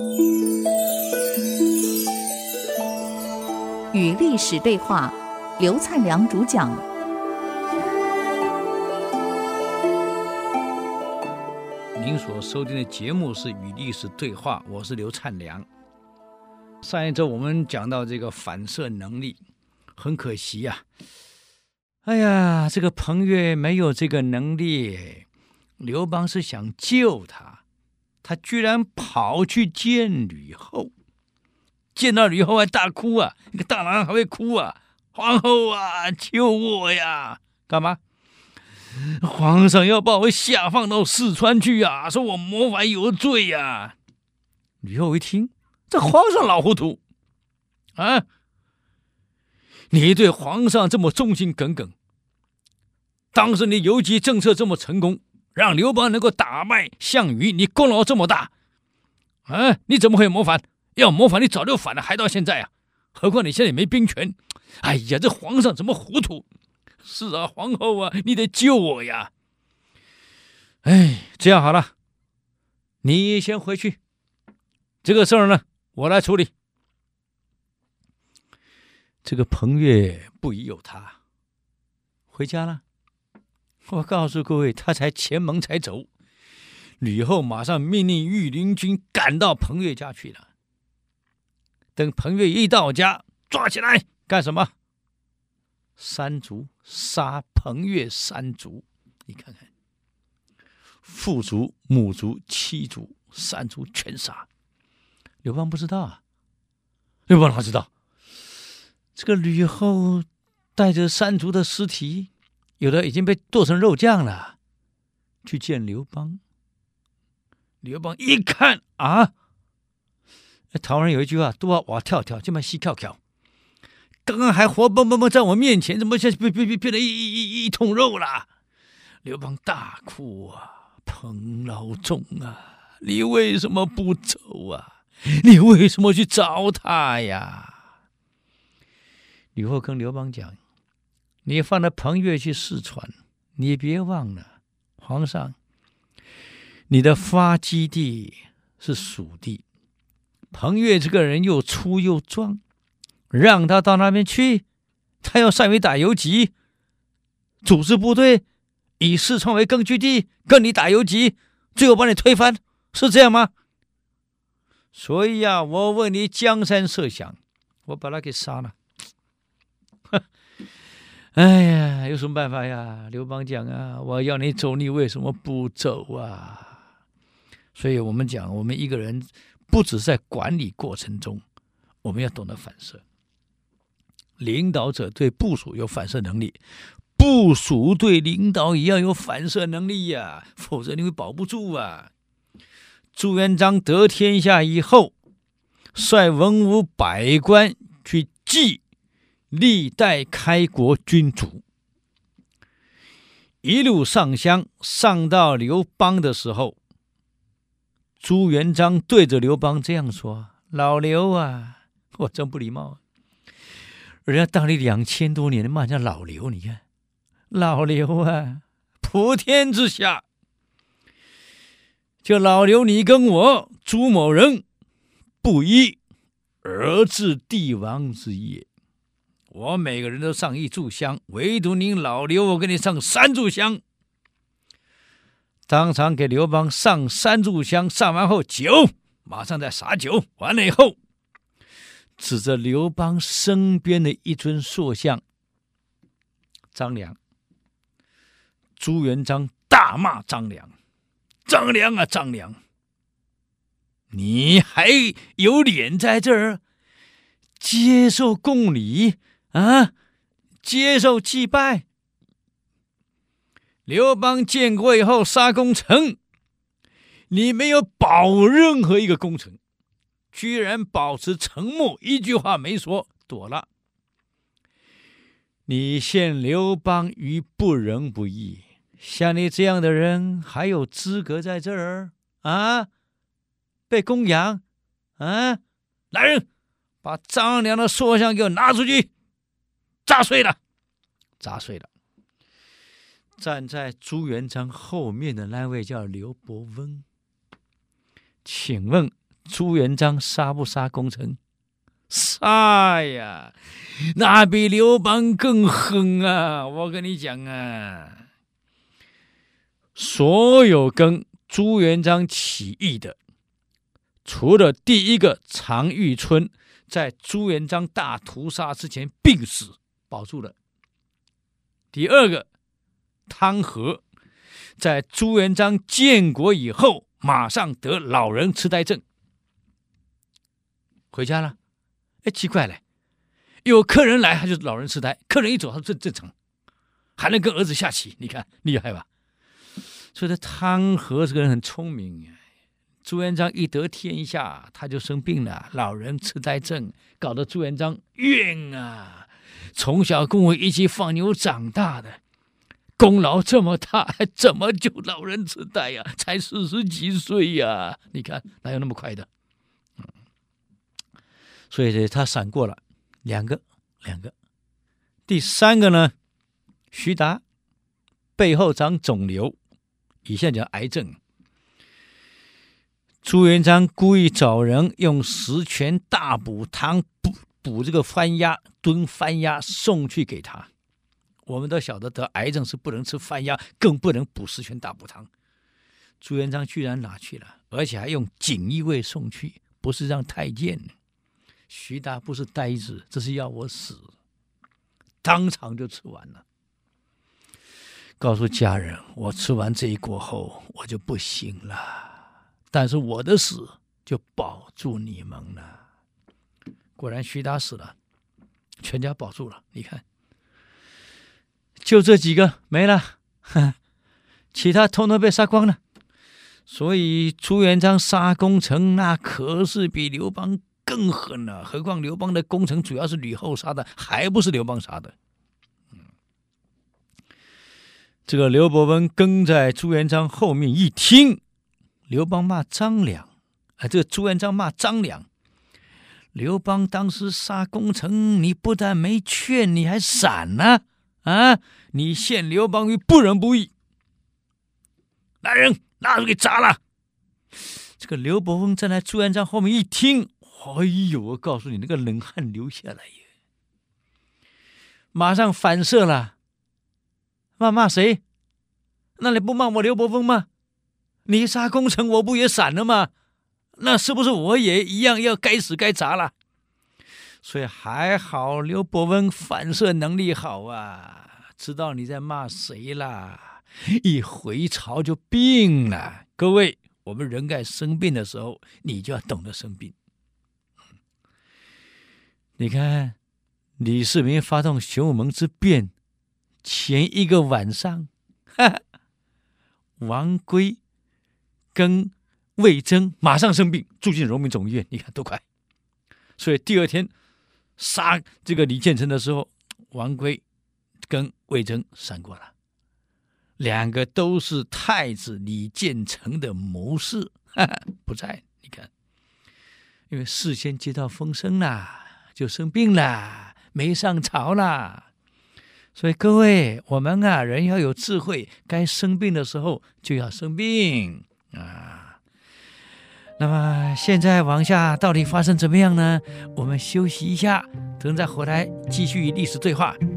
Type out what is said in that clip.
与历史对话，刘灿良主讲。 您所收听的节目是《与历史对话》，我是刘灿良。上一周我们讲到这个反射能力，很可惜啊，哎呀，这个彭越没有这个能力。刘邦是想救他，他居然跑去见吕后，见到吕后还大哭啊，一个大男人还会哭啊，皇后啊，救我呀！干嘛？皇上要把我下放到四川去啊，说我谋反有罪呀！吕后一听，这皇上老糊涂啊！你对皇上这么忠心耿耿，当时你游击政策这么成功，让刘邦能够打败项羽，你功劳这么大啊！你怎么会谋反？要谋反你早就反了，还到现在啊！何况你现在也没兵权。哎呀，这皇上怎么糊涂？是啊，皇后啊，你得救我呀！哎，这样好了，你先回去，这个事儿呢，我来处理。这个彭越不疑有他，回家了。我告诉各位，他才前门才走，吕后马上命令御林军赶到彭越家去了。等彭越一到家，抓起来干什么？三族，杀彭越三族。你看看，父族、母族、妻族、三族全杀。刘邦不知道啊，刘邦哪知道？这个吕后带着三族的尸体，有的已经被剁成肉酱了，去见刘邦。刘邦一看啊，台湾人有一句话，都要哇跳跳，就嘛西跳跳。刚刚还活蹦蹦蹦在我面前，怎么现在变成一桶肉了？刘邦大哭啊，彭老总啊，你为什么不走啊？你为什么去找他呀？吕后跟刘邦讲，你放了彭越去四川，你别忘了，皇上，你的发基地是蜀地，彭越这个人又粗又壮，让他到那边去，他要善于打游击，组织部队，以四川为根据地，跟你打游击，最后把你推翻，是这样吗？所以啊，我为你江山设想，我把他给杀了。哎呀，有什么办法呀？刘邦讲啊，我要你走，你为什么不走啊？所以我们讲，我们一个人不只在管理过程中，我们要懂得反射。领导者对部属有反射能力，部属对领导也要有反射能力呀，否则你会保不住啊。朱元璋得天下以后，率文武百官去祭历代开国君主，一路上香，上到刘邦的时候，朱元璋对着刘邦这样说：老刘啊，我真不礼貌，人家当你2000多年骂人家老刘，你看老刘啊，普天之下就老刘，你跟我朱某人不一而治帝王之业，我每个人都上1炷香，唯独您老刘，我给你上3炷香。当场给刘邦上3炷香，上完后酒马上再洒酒，完了以后指着刘邦身边的一尊塑像张良。朱元璋大骂张良，张良啊张良，你还有脸在这儿接受贡礼啊，接受祭拜？刘邦建国以后杀功臣，你没有保任何一个功臣，居然保持沉默，一句话没说，躲了。你陷刘邦于不仁不义，像你这样的人还有资格在这儿啊？被供养啊？来人，把张良的塑像给我拿出去，砸碎了，砸碎了。站在朱元璋后面的那位叫刘伯温，请问朱元璋杀不杀功臣？杀呀！那比刘邦更狠啊！我跟你讲啊，所有跟朱元璋起义的，除了第一个常遇春在朱元璋大屠杀之前病死保住了，第二个汤和在朱元璋建国以后马上得老人痴呆症，回家了。奇怪了，有客人来他就老人痴呆，客人一走他正常，还能跟儿子下棋，你看厉害吧？所以这汤和这个人很聪明，朱元璋一得天下他就生病了，老人痴呆症，搞得朱元璋怨啊，从小跟我一起放牛长大的，功劳这么大，还怎么就老人痴呆呀？才40几岁呀，你看哪有那么快的？所以他闪过了两个。第三个呢，徐达背后长肿瘤，以前讲癌症。朱元璋故意找人用十全大补汤补这个番鸭，炖番鸭送去给他。我们都晓得得癌症是不能吃番鸭，更不能补十全大补汤。朱元璋居然拿去了，而且还用锦衣卫送去，不是让太监。徐达不是呆子，这是要我死，当场就吃完了。告诉家人，我吃完这一锅后我就不行了，但是我的死就保住你们了。果然徐达死了，全家保住了。你看，就这几个没了，其他统统被杀光了。所以朱元璋杀功臣，那可是比刘邦更狠了，何况刘邦的功臣主要是吕后杀的，还不是刘邦杀的。这个刘伯温跟在朱元璋后面一听，刘邦骂张良，这个朱元璋骂张良。刘邦当时杀功臣，你不但没劝，你还闪呢，你陷刘邦于不仁不义。来人，拿出给砸了。这个刘伯温站在朱元璋后面一听，哎呦，我告诉你，那个冷汗流下来耶，马上反射了。骂谁？那你不骂我刘伯温吗？你杀功臣，我不也闪了吗？那是不是我也一样要该死该砸了？所以还好刘伯温反射能力好啊，知道你在骂谁啦，一回朝就病了。各位，我们人在生病的时候，你就要懂得生病。你看李世民发动玄武门之变前一个晚上，王圭跟魏征马上生病，住进荣民总医院，你看多快。所以第二天杀这个李建成的时候，王圭跟魏征闪过了，两个都是太子李建成的谋士，不在。你看，因为事先接到风声啦，就生病啦，没上朝啦。所以各位，我们人要有智慧，该生病的时候就要生病啊。那么现在往下到底发生怎么样呢？我们休息一下，等再回来继续历史对话。